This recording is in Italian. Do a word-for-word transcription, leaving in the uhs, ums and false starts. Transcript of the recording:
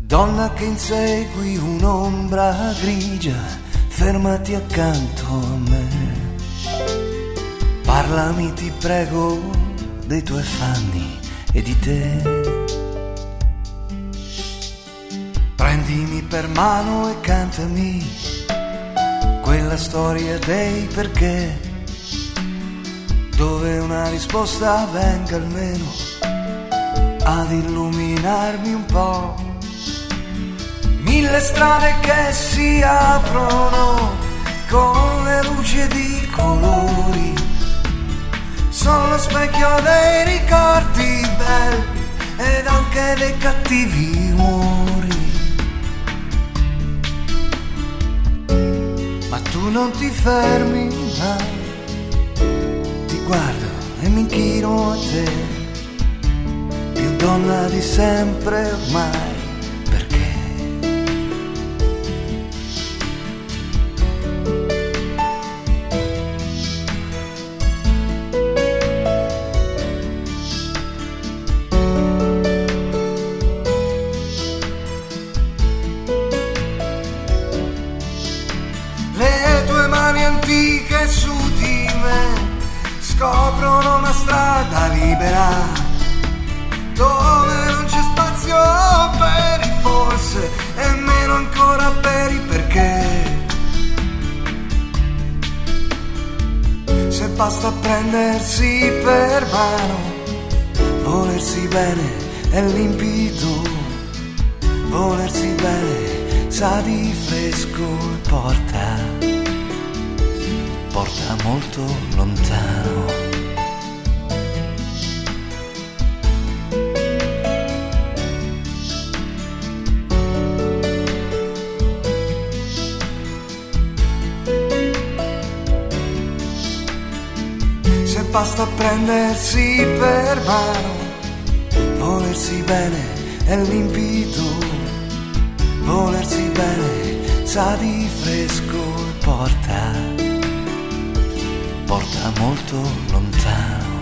Donna che insegui un'ombra grigia, fermati accanto a me. Parlami, ti prego, dei tuoi affanni e di te. Prendimi per mano e cantami quella storia dei perché, dove una risposta venga almeno ad illuminarmi un po'. Mille strade che si aprono con le luci di colori, sono lo specchio dei ricordi belli ed anche dei cattivi umori. Ma tu non ti fermi mai, ti guardo e mi inchino a te, più donna di sempre ormai. Antiche su di me scoprono una strada libera, dove non c'è spazio per i forse e meno ancora per i perché. Se basta prendersi per mano, volersi bene è limpido, volersi bene sa di fresco e porta porta molto lontano. Se basta prendersi per mano, volersi bene è limpido, volersi bene sa di fresco e porta porta molto lontano.